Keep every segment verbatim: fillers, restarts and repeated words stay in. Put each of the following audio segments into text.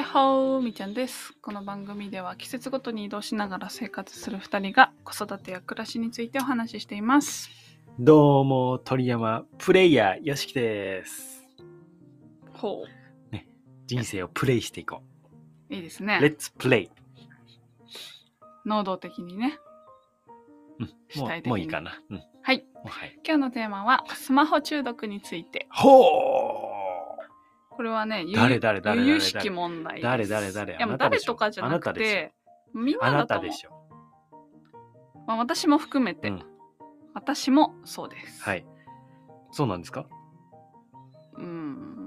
やっほー、みちゃんです。この番組では季節ごとに移動しながら生活するふたりが子育てや暮らしについてお話ししています。 どうも鳥山プレイヤーよしきです。 ほう、ね、人生をプレイしていこう。いいですね。 レッツプレイ。 能動的にね。 うん、 主体的にもう、もういいかな。うん、 はい。 はい。 今日のテーマはスマホ中毒について。 ほう。 これはね、 誰誰誰由々しき問題です。 誰誰誰いやもう誰とかじゃなくて、みんなだと思う。 あなたでしょ。 まあ、私も含めて、うん、私もそうです。 はい。そうなんですか？ うん。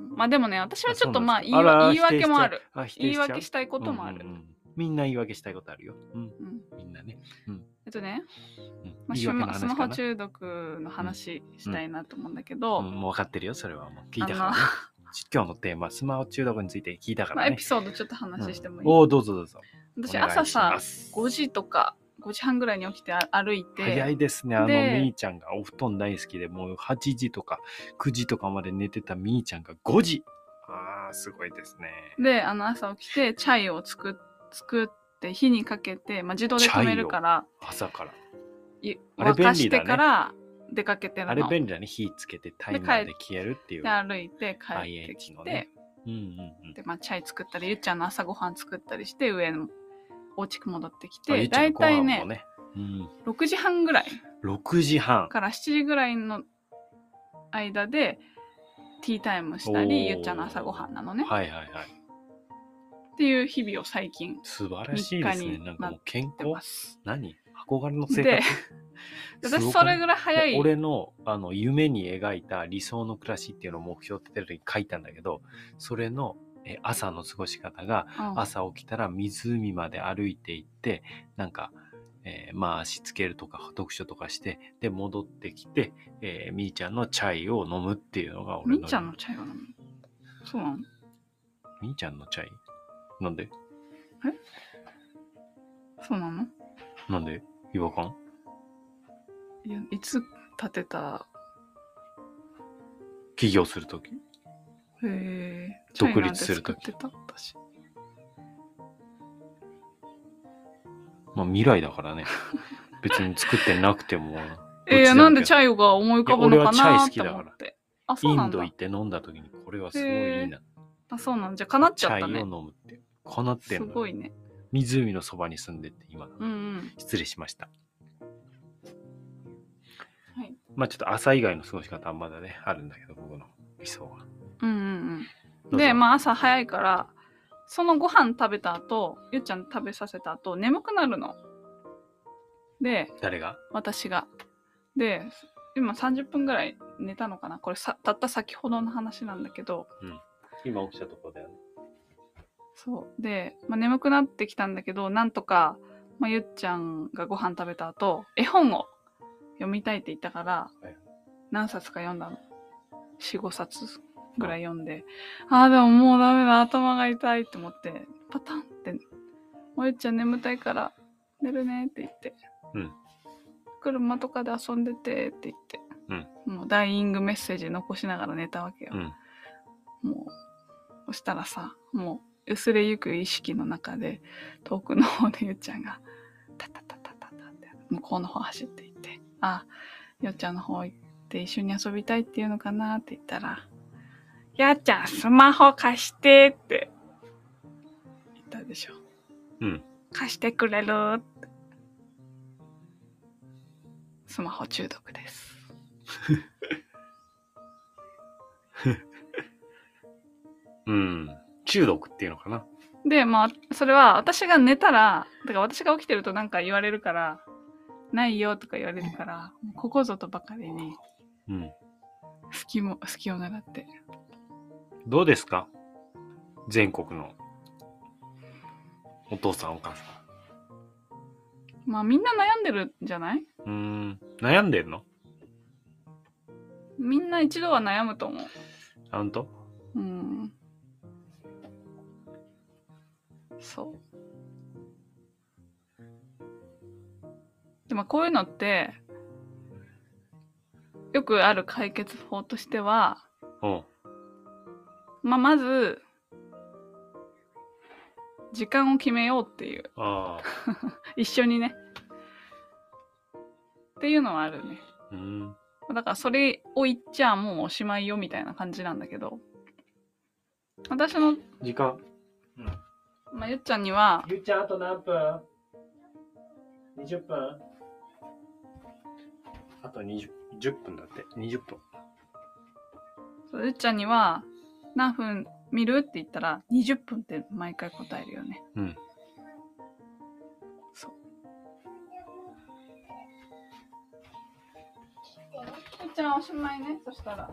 まあでもね、私はちょっとまあ言い, 言い訳もあるあ。言い訳したいこともある、うんうんうん。 みんな言い訳したいことあるよ。うん。うん、みんなね。うん、 えっとね、 うんまあ、スマホ中毒の話したいなと思うんだけど、 うんうん、もう分かってるよ。それはもう聞いたからね。今日のテーマ、スマホ中毒について聞いたからね。まあ、 エピソードちょっと話してもいい？ うん、おー、どうぞどうぞ。 私朝さごじとかごじはんぐらいに起きて歩いて。 早いですね。あのみーちゃんがお布団大好きで、もうはちじとかくじとかまで寝てたみーちゃんがごじ。あー、すごいですね。 で、あの朝起きてチャイを作作って火にかけて、まあ、自動で止めるから朝から沸かしてから出かけてるの。 あれ便利だね。火つけてタイマーで消えるっていう。 で歩いて帰ってきて、ね、うんうんうん、でまあチャイ作ったり、ゆっちゃんの朝ごはん作ったりして上のお家戻ってきて、だいたいね、ね、うん、ろくじはんぐらいろくじはんからしちじぐらいの間でティータイムしたり、ゆっちゃんの朝ごはんなのね。 はいはいはい。 っていう日々を最近素晴らしいですね。なんかもう健康、何憧れの生活で私それぐらい早い。 俺のあの夢に描いた理想の暮らしっていうのを目標って言ってる時に書いたんだけど、それのえ朝の過ごし方が、うん、朝起きたら湖まで歩いて行ってなんか、えー、まあ足つけるとか読書とかしてで戻ってきて、えー、みーちゃんのチャイを飲むっていうのが俺の。 みーちゃんのチャイを飲む？そうなの？ みーちゃんのチャイなんで？え？ そうなの？ なんで？違和感？ いや、いつ建てた？ 起業するとき。 へえ。 独立するとき。まあ未来だからね。別に作ってなくても。 えー、なんでチャイが思い浮かぶのかなって思って。 あ、そうなんだ。インド行って飲んだときにこれはすごいいいな。 あ、そうなんじゃ、叶っちゃったね。 チャイを飲むって。叶ってんの。 すごいね。 湖のそばに住んでって今、 うんうん、 失礼しました。 はい、 まあちょっと朝以外の過ごし方はまだねあるんだけど、僕の理想は。 うんうんうん。で、まあ朝早いからそのご飯食べた後、ゆっちゃん食べさせた後眠くなるの。で、 誰が？ 私が。で、今さんじゅっぷんぐらい寝たのかな。これさたった先ほどの話なんだけど。 うん。今起きたところだよね。 そうで、まあ、眠くなってきたんだけど、なんとか、まあ、ゆっちゃんがご飯食べた後、絵本を読みたいって言ったから、はい、何冊か読んだの。よん、ごさつぐらい読んで、うん、ああ、でももうダメだ、頭が痛いって思って、パタンって、もうゆっちゃん眠たいから寝るねって言って、うん、車とかで遊んでてって言って、うん、もうダイイングメッセージ残しながら寝たわけよ。うん、もう、そしたらさ、もう、薄れゆく意識の中で遠くの方でゆっちゃんがタタタタタタって向こうの方走っていって、あ、ゆっちゃんの方行って一緒に遊びたいっていうのかなって言ったら、やっちゃんスマホ貸してって言ったでしょ。うん。貸してくれるって。スマホ中毒です。 うん。中毒っていうのかな。 で、まあ、それは私が寝たら、だから私が起きてるとなんか言われるから、ないよとか言われるから、ここぞとばかりに、うん、隙も、隙を狙って。 どうですか？全国のお父さんお母さん。まあみんな悩んでるんじゃない？ うーん、悩んでるの？ みんな一度は悩むと思う。 あんと？ うん。そう。でもこういうのってよくある解決法としては、まあまず時間を決めようっていう。 あ一緒にね。っていうのはあるね。 うん。 だからそれを言っちゃもうおしまいよみたいな感じなんだけど。私の、 時間。 うん。まあ、ゆっちゃんには。 ゆっちゃんあと何分 ?にじゅっ 分あとにじゅう、じゅっぷんだって。にじゅっぷん。 そう、ゆっちゃんには何分見るって言ったらにじゅっぷんって毎回答えるよね。 うん。 そう。ゆっちゃんおしまいね。そしたら。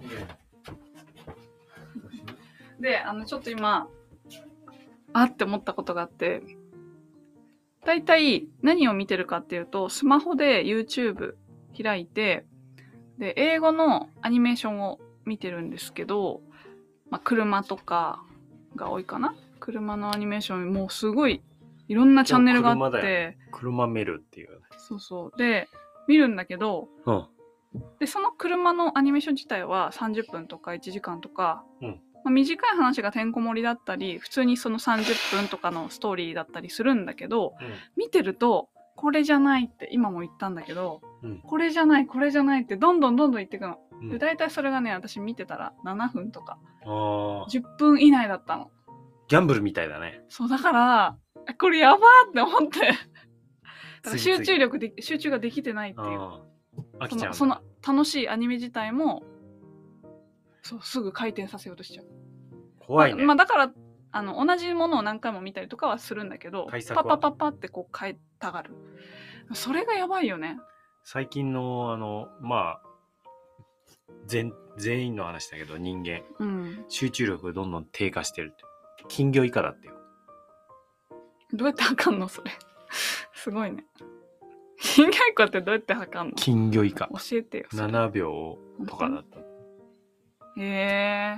で、あのちょっと今あって思ったことがあって、だいたい何を見てるかっていうと、スマホで YouTube 開いて、で英語のアニメーションを見てるんですけど、まあ、車とかが多いかな。車のアニメーションもうすごいいろんなチャンネルがあって、 車だよね、車見るっていう、ね、 そうそうで見るんだけど、うん、でその車のアニメーション自体はさんじゅっぷんとかいちじかんとか、うん、まあ、短い話がてんこ盛りだったり、普通にそのさんじゅっぷんとかのストーリーだったりするんだけど、うん、見てるとこれじゃないって今も言ったんだけど、うん、これじゃないこれじゃないってどんどんどんどん言っていくの、うん、で大体それがね、私見てたらななふんとかじゅっぷん以内だったの。 ギャンブルみたいだね。 そうだからこれやばーって思ってだから集中力で集中ができてないっていう。飽きちゃうんだ。その、その楽しいアニメ自体もそうすぐ回転させようとしちゃう。 怖いね。 まあ、まあ、だからあの同じものを何回も見たりとかはするんだけど、パパパパってこう変えたがる。それがやばいよね。 最近のあのまあ全全員の話だけど、人間、うん、集中力がどんどん低下してるって。金魚以下だってよ。 どうやって測んのそれすごいね。金魚以下ってどうやって測んの？ 金魚以下教えてよ。 ななびょうとかだった。 へえ。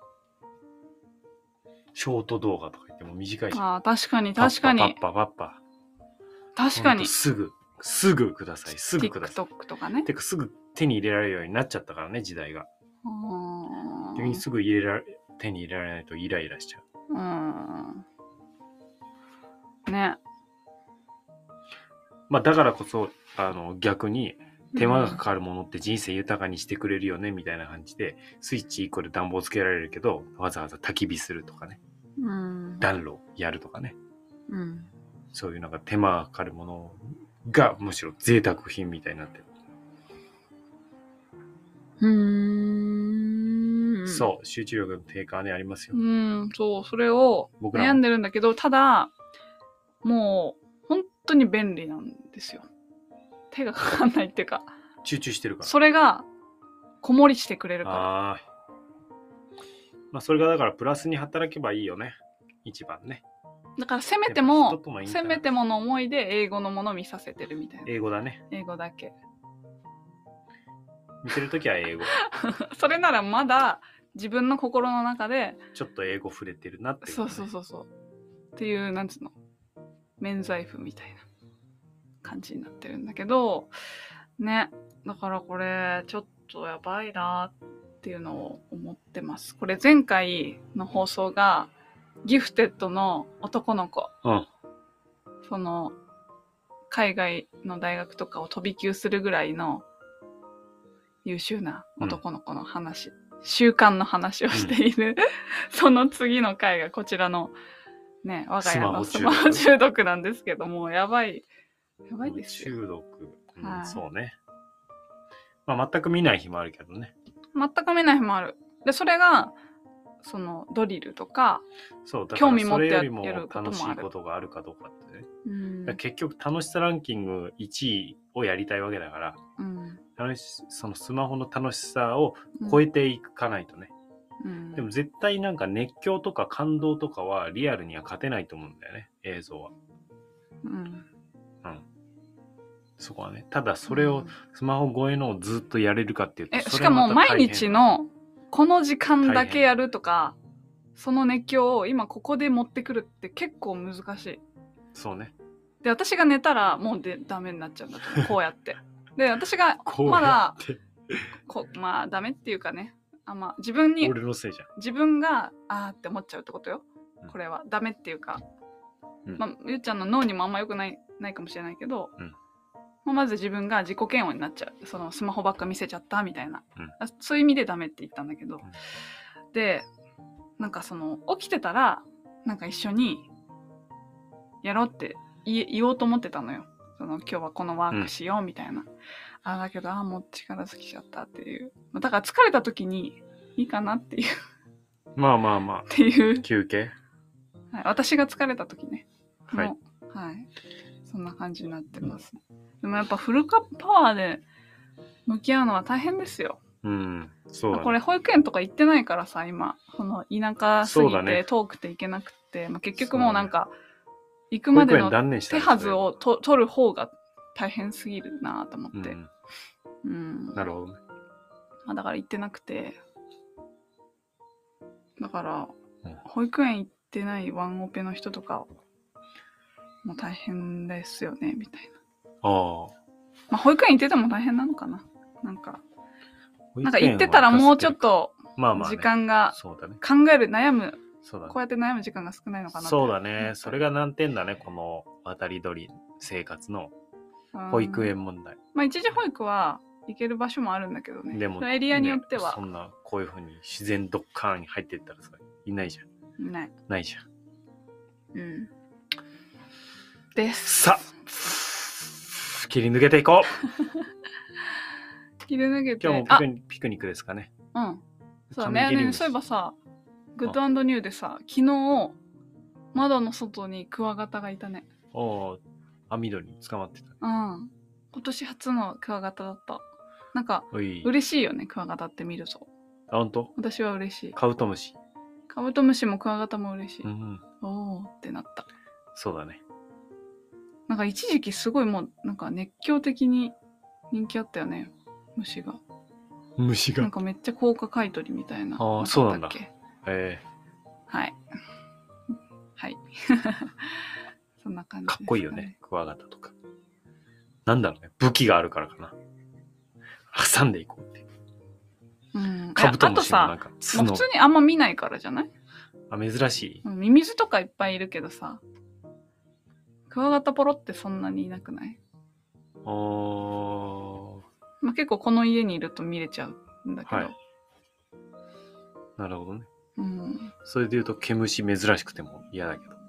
ショート動画とか言っても短いじゃん。 ああ、確かに確かに。 パッパパッパ確かに。 すぐすぐください。すぐください。 TikTok とかね。 てかすぐ手に入れられるようになっちゃったからね、時代が。逆にすぐ入れられ手に入れられないとイライラしちゃう。うん。 ね。 まあだからこそあの逆に手間がかかるものって人生豊かにしてくれるよねみたいな感じで、スイッチいっこで暖房つけられるけどわざわざ焚き火するとかね、うん、暖炉やるとかね、うん、そういうなんか手間がかかるものがむしろ贅沢品みたいになってる。うーん、そう、集中力の低下はねありますよ。 うん、そう、それを悩んでるんだけど、ただもう本当に便利なんですよ。手がかかんないっていうか、 集中してるから。 それがこもりしてくれるから。ああ、 まあそれがだからプラスに働けばいいよね。一番ね。 だからせめてもせめてもの思いで英語のもの見させてるみたいな。 英語だね。 英語だけ。 見てるときは英語。 それならまだ自分の心の中でちょっと英語触れてるなって、ね。 そうそうそうそう。っていうなんつうの、免罪符みたいな感じになってるんだけどね。だからこれちょっとやばいなっていうのを思ってます。これ前回の放送がギフテッドの男の子、うん、その海外の大学とかを飛び級するぐらいの優秀な男の子の話、うん、習慣の話をしている、うん、その次の回がこちらのね、我が家のスマホ中毒なんですけども、やばいやばいですよ。 中毒、うん、はい、そうね。まあ全く見ない日もあるけどね。 全く見ない日もある。でそれがそのドリルとか、 そうだから興味持ってやることもある。楽しいことがあるかどうかってね。うん、だ結局楽しさランキングいちいをやりたいわけだから、うん、楽しそのスマホの楽しさを超えていかないとね。うん、でも絶対なんか熱狂とか感動とかはリアルには勝てないと思うんだよね、映像は。うん。うん。そこはね。ただそれをスマホ越えのをずっとやれるかっていうと、 え、しかも毎日のこの時間だけやるとか、その熱狂を今ここで持ってくるって結構難しい。 そうね。 で、私が寝たらもうでダメになっちゃうんだと思う。こうやって。で、私がまだこまあダメっていうかね。あ、まあ、自分に俺のせいじゃん。 自分があーって思っちゃうってことよ。これはダメっていうか、 うんまあ、ゆっちゃんの脳にもあんま良くないないかもしれないけど、 うんまあ、まず自分が自己嫌悪になっちゃう。そのスマホばっか見せちゃったみたいな、 うんあそういう意味でダメって言ったんだけど、 うんでなんかその起きてたらなんか一緒にやろうって言言おうと思ってたのよ。その今日はこのワークしようみたいな、うん、あだけどあもう力尽きちゃったっていう、だから疲れた時にいいかなっていうまあまあまあっていう休憩、 はい、私が疲れた時ねはい、 はい、そんな感じになってます、うん、でもやっぱフルパワーで向き合うのは大変ですよ。 うんそうだね、 これ保育園とか行ってないからさ今その田舎すぎて遠くて行けなくて、まあ、結局もうなんか行くまでの手はずをと取る方が大変すぎるなと思って、うんうん、 なるほどね、 まあ、だから行ってなくてだから、うん、保育園行ってないワンオペの人とかもう大変ですよねみたいな。あ、まあ、保育園行ってても大変なのかな。なんかなんか行ってたらもうちょっと時間が考える悩む、そうだね、こうやって悩む時間が少ないのかなって。 そうだね、それが難点だね、この渡り鳥生活の保育園問題。 まあ一時保育は行ける場所もあるんだけどね。でもエリアによっては、 ね、そんなこういう風に自然ドッカーンに入っていったらさいないじゃん。 いない。 ないじゃん。 うん。です。 さあ切り抜けていこう。 切り抜けて。 今日もピクニピクニックですかね。 うん。そうだね。ねそういえばさ、グッド&ニューでさ、昨日窓の外にクワガタがいたね。 おお、網戸に捕まってた。 うん。今年初のクワガタだった。なんか嬉しいよね、クワガタって見ると。 あ、本当？ 私は嬉しい。 カブトムシ。 カブトムシもクワガタも嬉しい。 うん、 おーってなった。 そうだね。 なんか一時期すごいもうなんか熱狂的に人気あったよね、虫が。 虫が。 なんかめっちゃ高価買い取りみたいな。 ああ、そうなんだ。へえ。 はい。はい。そんな感じ、ね。 かっこいいよね、クワガタとか。なんだろうね、武器があるからかな。挟んでいこうって。 うん。 カブトムシのなんか角。普通にあんま見ないからじゃない？ あ、珍しい。 ミミズとかいっぱいいるけどさ、クワガタポロってそんなにいなくない？ あー。 まあ、結構この家にいると見れちゃうんだけど。はい、 なるほどね。 うん。 それで言うと毛虫珍しくても嫌だけど。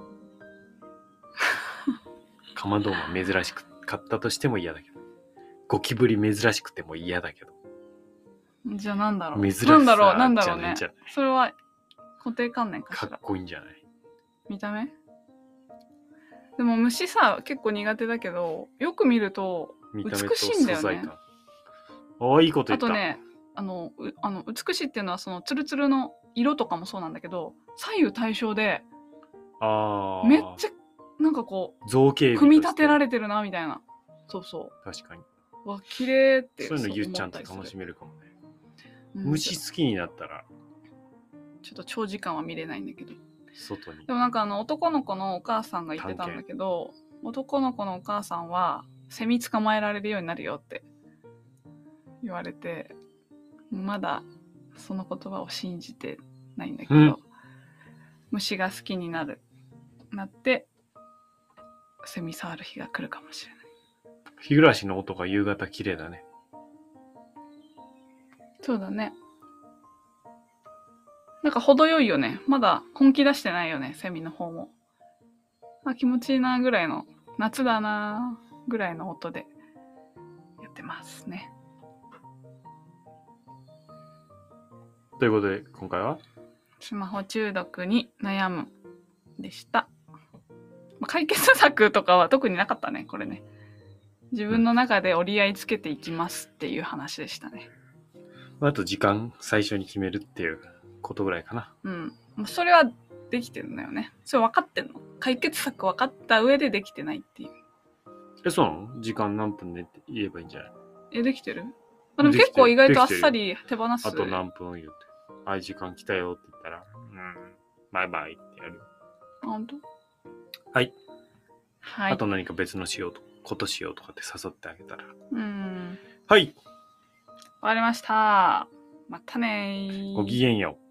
カマドウマ珍しかったとしても嫌だけど。ゴキブリ珍しくても嫌だけど。 じゃあなんだろう。 珍しさなんだろうなんだろうね。 じゃない。 それは固定観念かしら。 かっこいいんじゃない？ 見た目？でも虫さ結構苦手だけど、よく見ると美しいんだよね。 ああ、いいこと言った。 あとね、あのあの美しいっていうのはそのツルツルの色とかもそうなんだけど、左右対称で、 あめっちゃなんかこう造形組み立てられてるなみたいな。そうそう。 確かに。 わ、綺麗って。 そういうのゆっちゃんと楽しめるかもね。うん、虫好きになったら。 ちょっと長時間は見れないんだけど。 外に。 でもなんかあの男の子のお母さんが言ってたんだけど、男の子のお母さんはセミ捕まえられるようになるよって言われて、まだその言葉を信じてないんだけど、うん、虫が好きになるなってセミ触る日が来るかもしれない。 日暮らしの音が夕方綺麗だね。 そうだね。なんか程よいよね。まだ本気出してないよね、セミの方も。あ、気持ちいいなぐらいの、夏だなぐらいの音でやってますね。 ということで今回はスマホ中毒に悩むでした。解決策とかは特になかったね、これね。自分の中で折り合いつけていきますっていう話でしたね。 あと時間最初に決めるっていうことぐらいかな。 うん。それはできてるんだよね。それ分かってんの？解決策分かった上でできてないっていう。 え、そうなの？時間何分ねって言えばいいんじゃない？ え、できてる？でも結構意外とあっさり手放す。 あと何分言うて。あい、時間来たよって言ったら、うん、バイバイってやる。 本当？ はい。 はい。 あと何か別のしようと、ことしようとかって誘ってあげたら。 うん。 はい。 終わりました。またねー。 ごきげんよう。